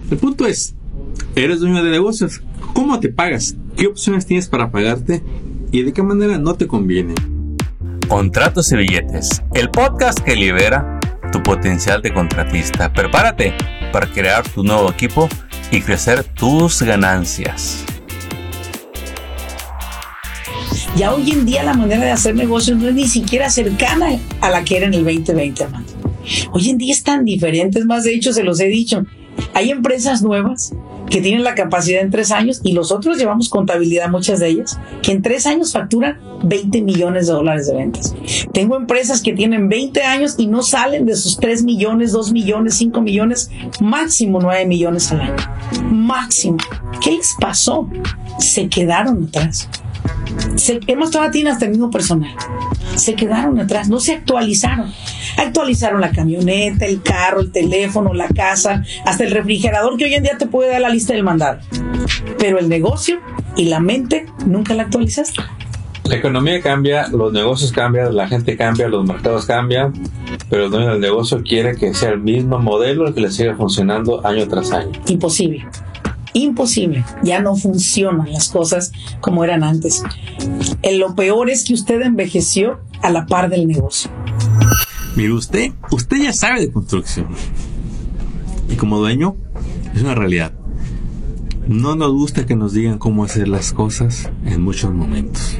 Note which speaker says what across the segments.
Speaker 1: El punto es, eres dueño de negocios, ¿cómo te pagas? ¿Qué opciones tienes para pagarte? ¿Y de qué manera no te conviene?
Speaker 2: Contratos y Billetes, el podcast que libera tu potencial de contratista. Prepárate para crear tu nuevo equipo y crecer tus ganancias.
Speaker 3: Ya hoy en día la manera de hacer negocios no es ni siquiera cercana a la que era en el 2020, hermano. Hoy en día es tan diferente, es más, de hecho se los he dicho, hay empresas nuevas que tienen la capacidad en 3 años, y nosotros llevamos contabilidad, muchas de ellas, que en 3 años facturan $20 millones de ventas. Tengo empresas que tienen 20 años y no salen de sus 3 millones, 2 millones, 5 millones, máximo 9 millones al año. Máximo. ¿Qué les pasó? Se quedaron atrás. Hemos todavía tienen hasta el mismo personal. Se quedaron atrás, no se actualizaron. Actualizaron la camioneta, el carro, el teléfono, la casa, hasta el refrigerador que hoy en día te puede dar la lista del mandado. Pero el negocio y la mente nunca la actualizaste.
Speaker 4: La economía cambia, los negocios cambian, la gente cambia, los mercados cambian, pero el dueño del negocio quiere que sea el mismo modelo el que le siga funcionando año tras año.
Speaker 3: Imposible. Imposible, ya no funcionan las cosas como eran antes. Lo peor es que usted envejeció a la par del negocio.
Speaker 1: Mire, usted ya sabe de construcción. Y como dueño, es una realidad. No nos gusta que nos digan cómo hacer las cosas en muchos momentos.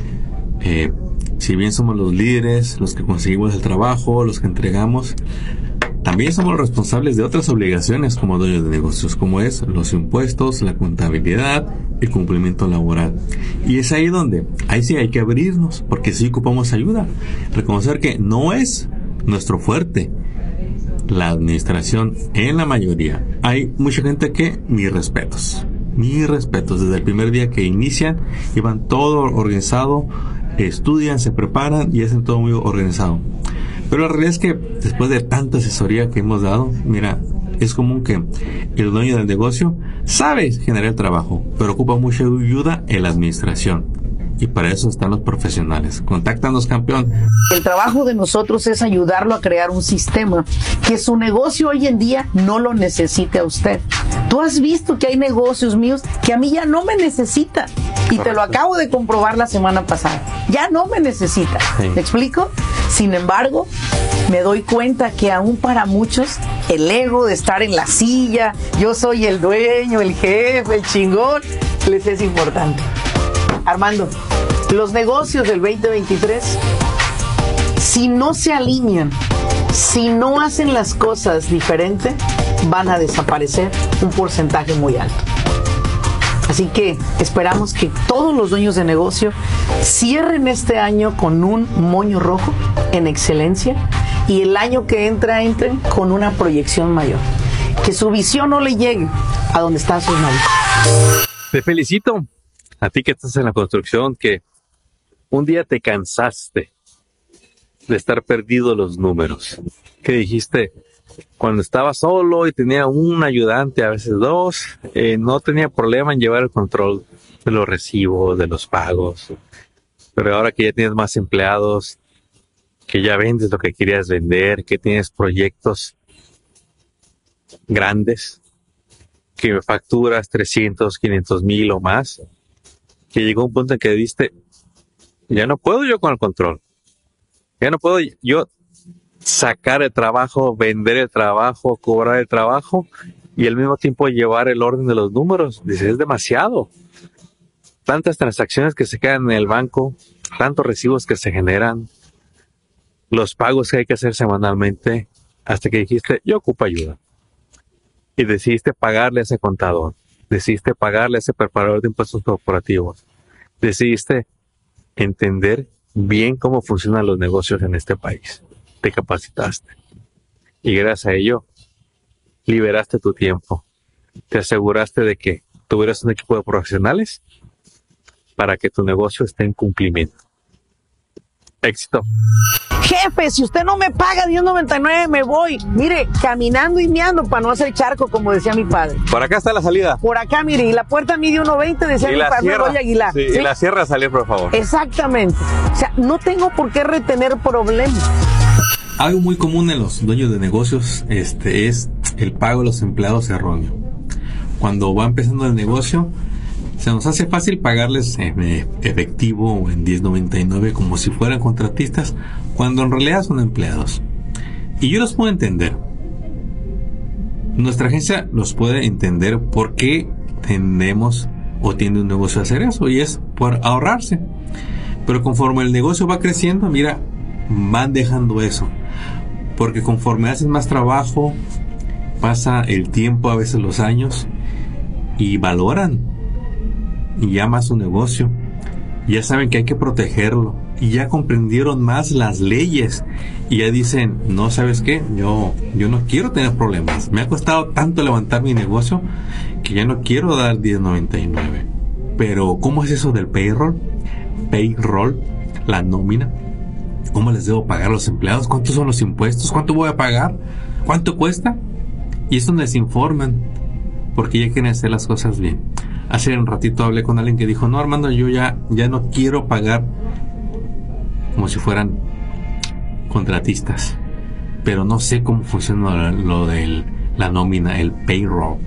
Speaker 1: Si bien somos los líderes, los que conseguimos el trabajo, los que entregamos, también somos los responsables de otras obligaciones como dueños de negocios, como es los impuestos, la contabilidad, el cumplimiento laboral. Y es ahí donde, ahí sí hay que abrirnos, porque sí ocupamos ayuda. Reconocer que no es nuestro fuerte la administración en la mayoría. Hay mucha gente que, mis respetos, desde el primer día que inician, llevan todo organizado, estudian, se preparan y hacen todo muy organizado. Pero la realidad es que después de tanta asesoría que hemos dado, mira, es común que el dueño del negocio sabe generar el trabajo, pero ocupa mucha ayuda en la administración. Y para eso están los profesionales. Contáctanos, campeón.
Speaker 3: El trabajo de nosotros es ayudarlo a crear un sistema que su negocio hoy en día no lo necesite a usted. Tú has visto que hay negocios míos que a mí ya no me necesitan. Y te lo acabo de comprobar la semana pasada. Ya no me necesitan. Sí. ¿Me explico? Sin embargo, me doy cuenta que aún para muchos el ego de estar en la silla, yo soy el dueño, el jefe, el chingón, les es importante. Armando, los negocios del 2023, si no se alinean, si no hacen las cosas diferente, van a desaparecer un porcentaje muy alto. Así que esperamos que todos los dueños de negocio cierren este año con un moño rojo en excelencia, y el año que entren con una proyección mayor. Que su visión no le llegue a donde están sus manos.
Speaker 4: Te felicito a ti que estás en la construcción, que un día te cansaste de estar perdido los números. Que dijiste, cuando estaba solo y tenía un ayudante, a veces 2, no tenía problema en llevar el control de los recibos, de los pagos. Pero ahora que ya tienes más empleados, que ya vendes lo que querías vender, que tienes proyectos grandes, que facturas 300, 500 mil o más, que llegó un punto en que dijiste, ya no puedo yo con el control, ya no puedo yo sacar el trabajo, vender el trabajo, cobrar el trabajo y al mismo tiempo llevar el orden de los números. Dices, es demasiado. Tantas transacciones que se quedan en el banco, tantos recibos que se generan, los pagos que hay que hacer semanalmente, hasta que dijiste, yo ocupo ayuda. Y decidiste pagarle a ese contador, decidiste pagarle a ese preparador de impuestos corporativos, decidiste entender bien cómo funcionan los negocios en este país. Te capacitaste. Y gracias a ello, liberaste tu tiempo. Te aseguraste de que tuvieras un equipo de profesionales para que tu negocio esté en cumplimiento. Éxito.
Speaker 3: Jefe, si usted no me paga 10.99, me voy. Mire, caminando y meando para no hacer charco, como decía mi padre.
Speaker 4: Por acá está la salida.
Speaker 3: Por acá, mire, y la puerta mide 1.20, decía mi padre, Roy Aguilar.
Speaker 4: Sí, ¿sí? Y la cierra a salir, por favor.
Speaker 3: Exactamente. O sea, no tengo por qué retener problemas.
Speaker 1: Algo muy común en los dueños de negocios es el pago de los empleados erróneo. cuando va empezando el negocio, se nos hace fácil pagarles en efectivo o en 10.99 como si fueran contratistas, cuando en realidad son empleados. Y yo los puedo entender. Nuestra agencia los puede entender por qué tenemos o tiene un negocio a hacer eso, y es por ahorrarse. Pero conforme el negocio va creciendo, mira, van dejando eso. Porque conforme hacen más trabajo, pasa el tiempo, a veces los años, y valoran y ya más su negocio. Ya saben que hay que protegerlo, y ya comprendieron más las leyes, y ya dicen, no, ¿sabes qué? Yo no quiero tener problemas. Me ha costado tanto levantar mi negocio que ya no quiero dar 10.99. Pero ¿cómo es eso del payroll? Payroll, la nómina. ¿Cómo les debo pagar a los empleados? ¿Cuántos son los impuestos? ¿Cuánto voy a pagar? ¿Cuánto cuesta? Y eso les informan, porque ya quieren hacer las cosas bien. Hace un ratito hablé con alguien que dijo, no, Armando, yo ya no quiero pagar como si fueran contratistas, pero no sé cómo funciona lo de la nómina, el payroll.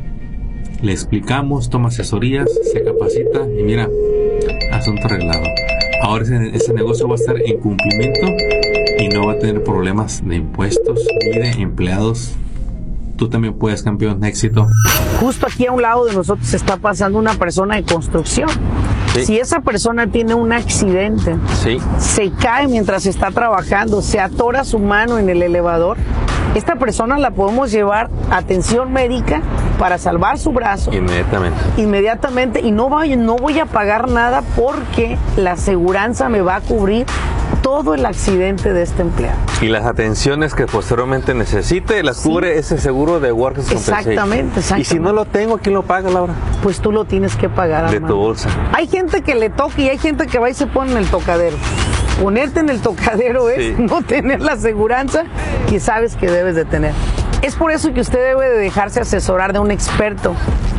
Speaker 1: Le explicamos, toma asesorías, se capacita y mira, asunto arreglado. Ahora ese negocio va a estar en cumplimiento y no va a tener problemas de impuestos ni de empleados. Tú también puedes, campeón, éxito.
Speaker 3: Justo aquí a un lado de nosotros está pasando una persona de construcción.
Speaker 4: Sí.
Speaker 3: Si esa persona tiene un accidente,
Speaker 4: Sí.
Speaker 3: se cae mientras está trabajando, se atora su mano en el elevador, esta persona la podemos llevar a atención médica para salvar su brazo inmediatamente, y no voy a pagar nada porque la aseguranza me va a cubrir todo el accidente de este empleado.
Speaker 4: Y las atenciones que posteriormente necesite las cubre ese seguro de Workers' Compensation.
Speaker 3: Exactamente.
Speaker 4: Y si no lo tengo, ¿quién lo paga, Laura?
Speaker 3: Pues tú lo tienes que pagar,
Speaker 4: De
Speaker 3: hermano.
Speaker 4: tu bolsa.
Speaker 3: Hay gente que le toca y hay gente que va y se pone en el tocadero. Ponerte en el tocadero es no tener la aseguranza que sabes que debes de tener. Es por eso que usted debe de dejarse asesorar de un experto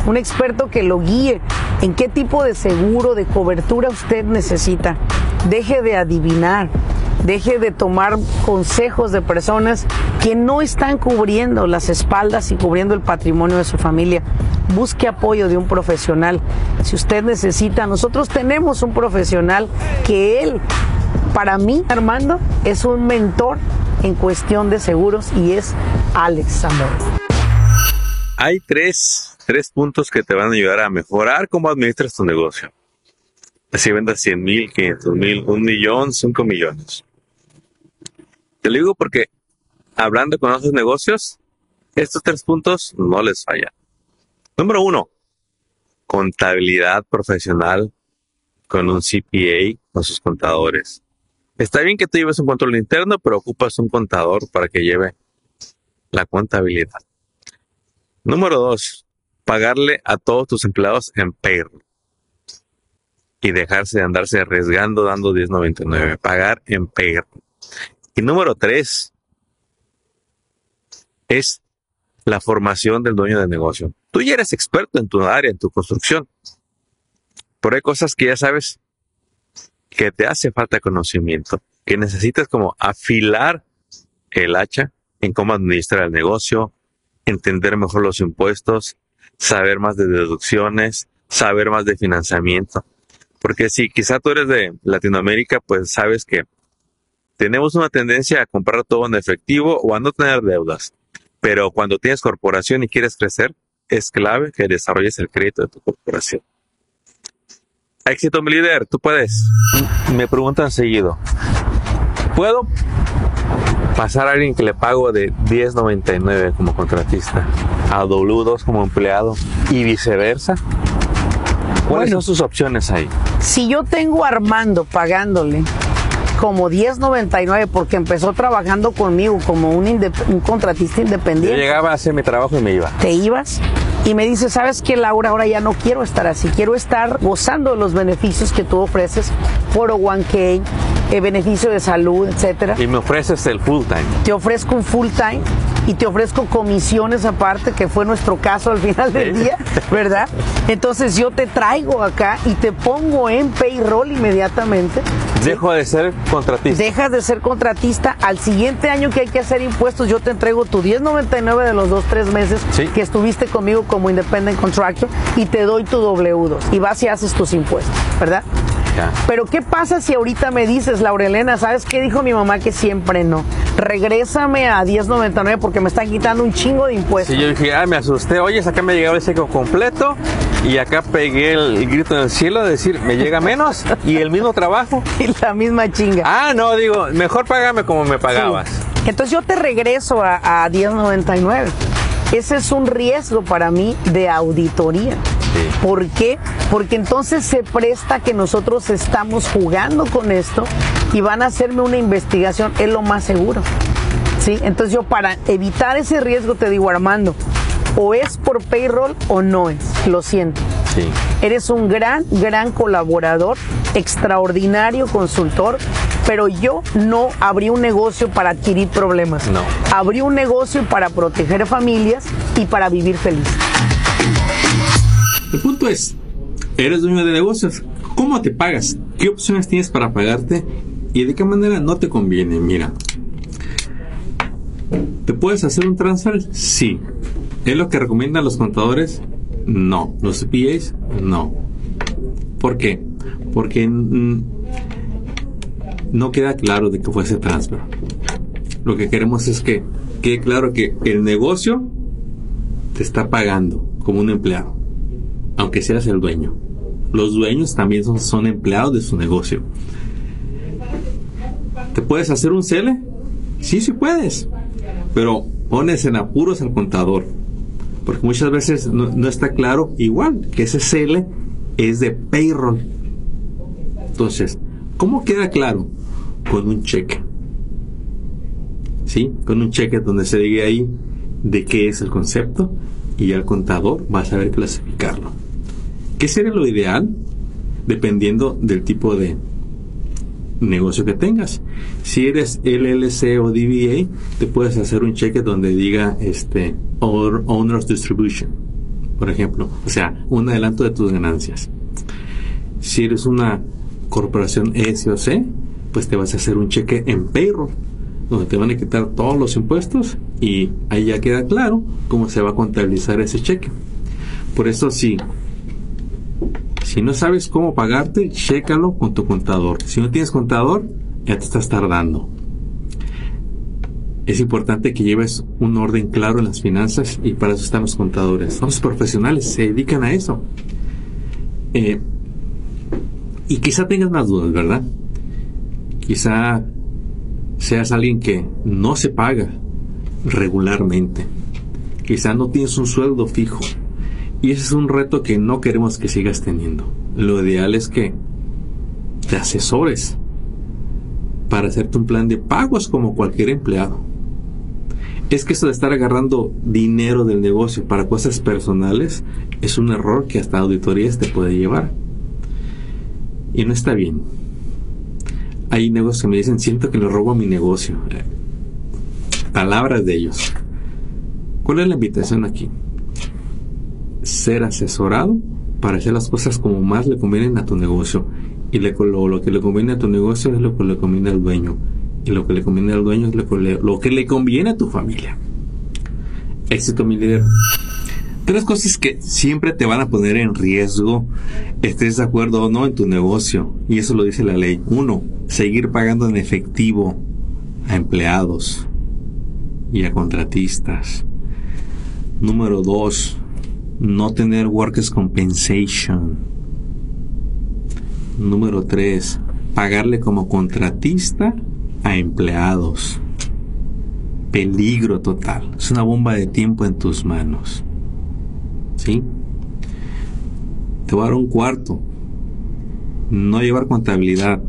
Speaker 3: que lo guíe en qué tipo de seguro, de cobertura usted necesita. Deje de adivinar, deje de tomar consejos de personas que no están cubriendo las espaldas y cubriendo el patrimonio de su familia. Busque apoyo de un profesional. Si usted necesita, nosotros tenemos un profesional que él, para mí, Armando, es un mentor en cuestión de seguros, y es Alex Zamora.
Speaker 4: Hay tres puntos que te van a ayudar a mejorar cómo administras tu negocio. Así vendas 100,000, 500,000, 1,000,000, 5 millones. Te lo digo porque hablando con otros negocios, estos 3 puntos no les fallan. Número 1, contabilidad profesional con un CPA, con sus contadores. Está bien que tú lleves un control interno, pero ocupas un contador para que lleve la contabilidad. Número 2, pagarle a todos tus empleados en payroll. Y dejarse de andarse arriesgando dando 10.99. Pagar en payroll. Y número 3 es la formación del dueño del negocio. Tú ya eres experto en tu área, en tu construcción. Pero hay cosas que ya sabes que te hace falta conocimiento, que necesitas como afilar el hacha en cómo administrar el negocio, entender mejor los impuestos, saber más de deducciones, saber más de financiamiento. Porque si quizá tú eres de Latinoamérica, pues sabes que tenemos una tendencia a comprar todo en efectivo o a no tener deudas. Pero cuando tienes corporación y quieres crecer, es clave que desarrolles el crédito de tu corporación. Éxito, mi líder, tú puedes. Me preguntan seguido, ¿puedo pasar a alguien que le pago de 10.99 como contratista a W2 como empleado y viceversa? ¿Cuáles son sus opciones ahí?
Speaker 3: Si yo tengo a Armando pagándole como 10.99 porque empezó trabajando conmigo como un contratista independiente.
Speaker 4: Yo llegaba a hacer mi trabajo y me iba.
Speaker 3: Te ibas y me dices, ¿sabes qué, Laura? Ahora ya no quiero estar así. Quiero estar gozando de los beneficios que tú ofreces, 401k, beneficio de salud, etcétera.
Speaker 4: Y me ofreces el full time.
Speaker 3: Te ofrezco un full time y te ofrezco comisiones aparte, que fue nuestro caso al final del día, ¿verdad? Entonces yo te traigo acá y te pongo en payroll inmediatamente.
Speaker 4: Dejo de ser contratista.
Speaker 3: Dejas de ser contratista. Al siguiente año que hay que hacer impuestos, yo te entrego tu 1099 de los 2-3 meses que estuviste conmigo como independent contractor y te doy tu W2 y vas y haces tus impuestos, ¿verdad? Ya. Pero ¿qué pasa si ahorita me dices, Laurelena, ¿sabes qué dijo mi mamá? Que siempre no. Regrésame a 1099 porque me están quitando un chingo de impuestos.
Speaker 4: Sí, yo dije, me asusté. Oye, acá me llegaba el cheque completo y acá pegué el grito en el cielo de decir, me llega menos y el mismo trabajo.
Speaker 3: Y la misma chinga.
Speaker 4: No, digo, mejor págame como me pagabas.
Speaker 3: Sí. Entonces yo te regreso a 1099. Ese es un riesgo para mí de auditoría. Sí. ¿Por qué? Porque entonces se presta que nosotros estamos jugando con esto y van a hacerme una investigación, es lo más seguro. ¿Sí? Entonces yo para evitar ese riesgo te digo, Armando, o es por payroll o no es, lo siento. Sí. Eres un gran colaborador, extraordinario consultor, pero yo no abrí un negocio para adquirir problemas. No. Abrí un negocio para proteger familias y para vivir feliz.
Speaker 1: El punto es, eres dueño de negocios, ¿cómo te pagas? ¿Qué opciones tienes para pagarte? ¿Y de qué manera no te conviene? Mira, ¿te puedes hacer un transfer? Sí. ¿Es lo que recomiendan los contadores? No. ¿Los CPAs? No. ¿Por qué? Porque no queda claro de qué fue ese transfer. Lo que queremos es que quede claro que el negocio te está pagando como un empleado, aunque seas el dueño. Los dueños también son empleados de su negocio. ¿Te puedes hacer un CL? Sí puedes, pero pones en apuros al contador, porque muchas veces no está claro igual que ese CL es de payroll. Entonces, ¿cómo queda claro? Con un cheque. ¿Sí? Con un cheque donde se diga ahí de qué es el concepto y el contador va a saber clasificarlo. ¿Qué sería lo ideal? Dependiendo del tipo de negocio que tengas. Si eres LLC o DBA, te puedes hacer un cheque donde diga Owner's Distribution, por ejemplo, o sea, un adelanto de tus ganancias. Si eres una corporación SOC, pues te vas a hacer un cheque en payroll, donde te van a quitar todos los impuestos y ahí ya queda claro cómo se va a contabilizar ese cheque. Por eso si no sabes cómo pagarte, chécalo con tu contador. Si no tienes contador, ya te estás tardando. Es importante que lleves un orden claro en las finanzas y para eso están los contadores. Los profesionales se dedican a eso. Y quizá tengas más dudas, ¿verdad? Quizá seas alguien que no se paga regularmente. Quizá no tienes un sueldo fijo. Y ese es un reto que no queremos que sigas teniendo. Lo ideal es que te asesores para hacerte un plan de pagos como cualquier empleado. Es que esto de estar agarrando dinero del negocio para cosas personales es un error que hasta auditorías te puede llevar. Y no está bien. Hay negocios que me dicen, siento que le robo a mi negocio. Palabras de ellos. ¿Cuál es la invitación aquí? Ser asesorado para hacer las cosas como más le convienen a tu negocio. Y lo que le conviene a tu negocio es lo que le conviene al dueño. Y lo que le conviene al dueño es lo que le conviene a tu familia. Éxito, mi líder. 3 cosas que siempre te van a poner en riesgo, estés de acuerdo o no en tu negocio. Y eso lo dice la ley. 1. Seguir pagando en efectivo a empleados y a contratistas. Número 2. No tener workers' compensation. Número 3. Pagarle como contratista a empleados. Peligro total. Es una bomba de tiempo en tus manos. ¿Sí? Te voy a dar un cuarto. No llevar contabilidad.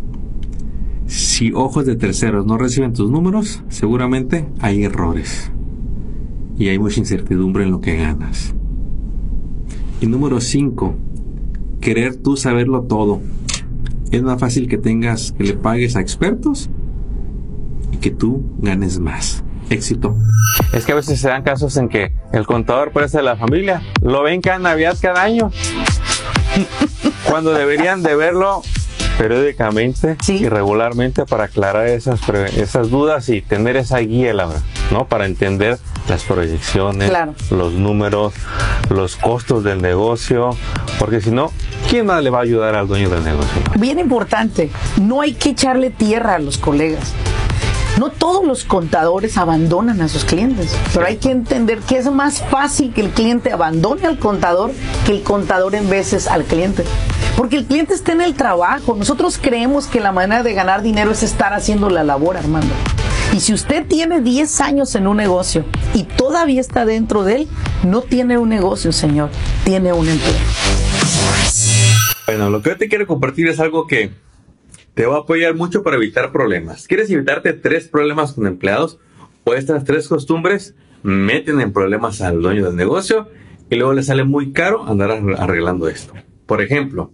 Speaker 1: Si ojos de terceros no reciben tus números, seguramente hay errores. Y hay mucha incertidumbre en lo que ganas. Y número 5. Querer tú saberlo todo. Es más fácil que le pagues a expertos y que tú ganes más. Éxito.
Speaker 4: Es que a veces se dan casos en que el contador parece de la familia, lo ven cada Navidad, cada año, cuando deberían de verlo periódicamente y regularmente para aclarar esas dudas y tener esa guía, Laura, ¿no? Para entender las proyecciones, los números, los costos del negocio, porque si no, ¿quién más le va a ayudar al dueño del negocio?
Speaker 3: Bien importante, no hay que echarle tierra a los colegas. No todos los contadores abandonan a sus clientes, pero hay que entender que es más fácil que el cliente abandone al contador que el contador en veces al cliente. Porque el cliente está en el trabajo. Nosotros creemos que la manera de ganar dinero es estar haciendo la labor, Armando. Y si usted tiene 10 años en un negocio y todavía está dentro de él, no tiene un negocio, señor, tiene un empleo.
Speaker 1: Bueno, lo que yo te quiero compartir es algo que te va a apoyar mucho para evitar problemas. ¿Quieres evitarte 3 problemas con empleados? O estas 3 costumbres meten en problemas al dueño del negocio y luego le sale muy caro andar arreglando esto. Por ejemplo,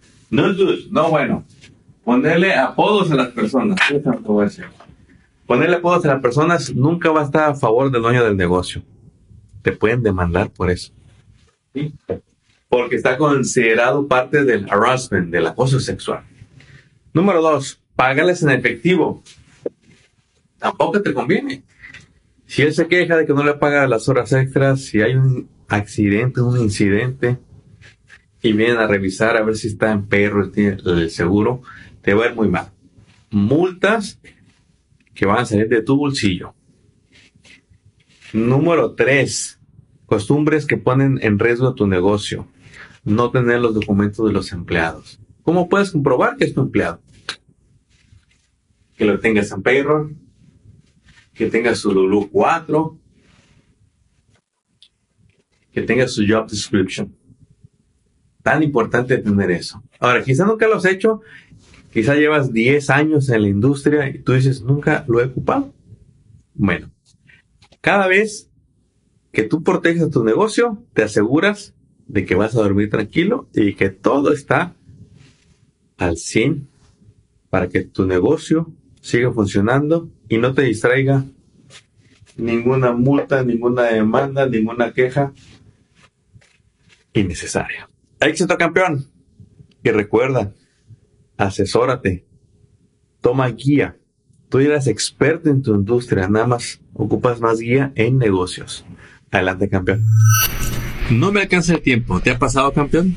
Speaker 1: ponerle apodos a las personas. Ponerle apodos a las personas nunca va a estar a favor del dueño del negocio. Te pueden demandar por eso. ¿Sí? Porque está considerado parte del harassment, del acoso sexual. Número 2, págales en efectivo. Tampoco te conviene. Si él se queja de que no le paga las horas extras, si hay un accidente, un incidente, y vienen a revisar a ver si está en perro el seguro, te va a ir muy mal. Multas que van a salir de tu bolsillo. Número 3, costumbres que ponen en riesgo tu negocio. No tener los documentos de los empleados. ¿Cómo puedes comprobar que es tu empleado? Que lo tengas en payroll, que tenga su Lulu 4, que tenga su job description. Tan importante tener eso. Ahora, quizá nunca lo has hecho, quizá llevas 10 años en la industria y tú dices, nunca lo he ocupado. Bueno, cada vez que tú proteges tu negocio, te aseguras de que vas a dormir tranquilo y que todo está al 100 para que tu negocio siga funcionando y no te distraiga ninguna multa, ninguna demanda, ninguna queja innecesaria. Éxito, campeón. Y recuerda, asesórate, toma guía. Tú eres experto en tu industria, nada más ocupas más guía en negocios. Adelante, campeón. No me alcanza el tiempo. ¿Te ha pasado, campeón?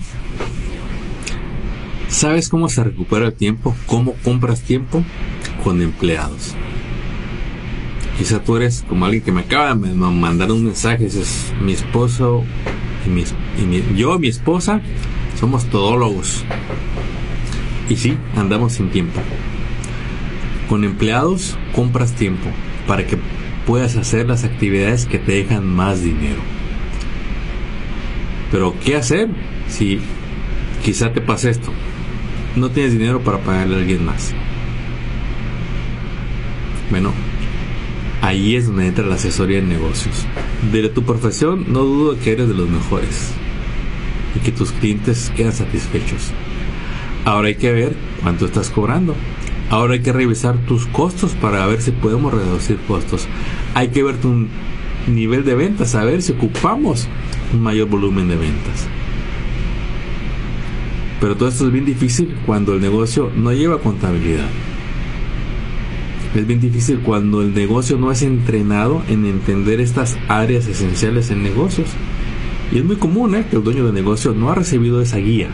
Speaker 1: ¿Sabes cómo se recupera el tiempo? ¿Cómo compras tiempo? Con empleados. Quizá tú eres como alguien que me acaba de mandar un mensaje. Dices, mi esposo yo y mi esposa somos todólogos. Y sí, andamos sin tiempo. Con empleados compras tiempo para que puedas hacer las actividades que te dejan más dinero. Pero ¿qué hacer si quizá te pasa esto? No tienes dinero para pagarle a alguien más. Bueno, ahí es donde entra la asesoría en negocios. De tu profesión no dudo que eres de los mejores y que tus clientes quedan satisfechos. Ahora hay que ver cuánto estás cobrando. Ahora hay que revisar tus costos para ver si podemos reducir costos. Hay que ver tu nivel de ventas, a ver si ocupamos un mayor volumen de ventas. Pero todo esto es bien difícil cuando el negocio no lleva contabilidad. Es bien difícil cuando el negocio no es entrenado en entender estas áreas esenciales en negocios. Y es muy común que el dueño de negocio no ha recibido esa guía.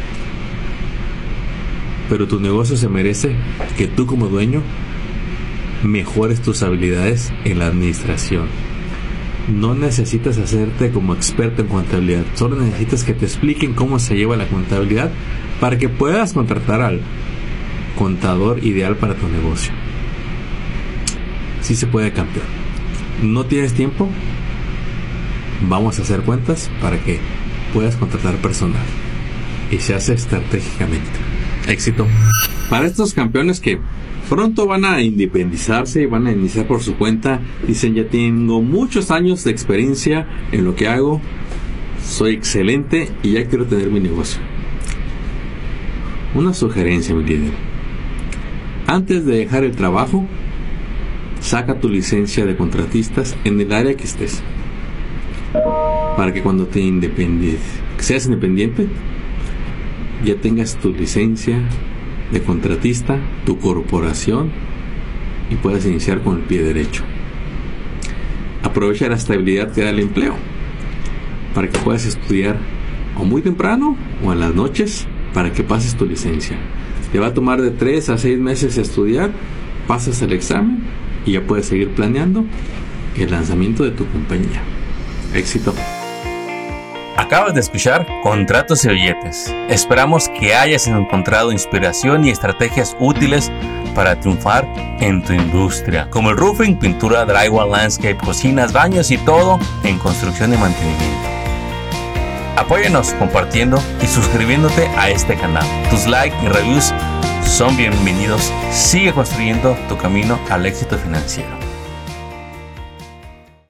Speaker 1: Pero tu negocio se merece que tú como dueño mejores tus habilidades en la administración. No necesitas hacerte como experto en contabilidad. Solo necesitas que te expliquen cómo se lleva la contabilidad para que puedas contratar al contador ideal para tu negocio. Sí se puede, campeón. ¿No tienes tiempo? Vamos a hacer cuentas para que puedas contratar personal. Y se hace estratégicamente. Éxito. Para estos campeones que pronto van a independizarse y van a iniciar por su cuenta, dicen, ya tengo muchos años de experiencia en lo que hago, soy excelente y ya quiero tener mi negocio. Una sugerencia, mi líder. Antes de dejar el trabajo, saca tu licencia de contratistas en el área que estés, para que cuando seas independiente, ya tengas tu licencia de contratista, tu corporación, y puedas iniciar con el pie derecho. Aprovecha la estabilidad que da el empleo para que puedas estudiar o muy temprano o en las noches para que pases tu licencia. Te va a tomar de 3 a 6 meses estudiar, pasas el examen y ya puedes seguir planeando el lanzamiento de tu compañía. Éxito.
Speaker 2: Acabas de escuchar Contratos y Billetes. Esperamos que hayas encontrado inspiración y estrategias útiles para triunfar en tu industria, como el roofing, pintura, drywall, landscape, cocinas, baños y todo en construcción y mantenimiento. Apóyanos compartiendo y suscribiéndote a este canal. Tus likes y reviews son bienvenidos. Sigue construyendo tu camino al éxito financiero.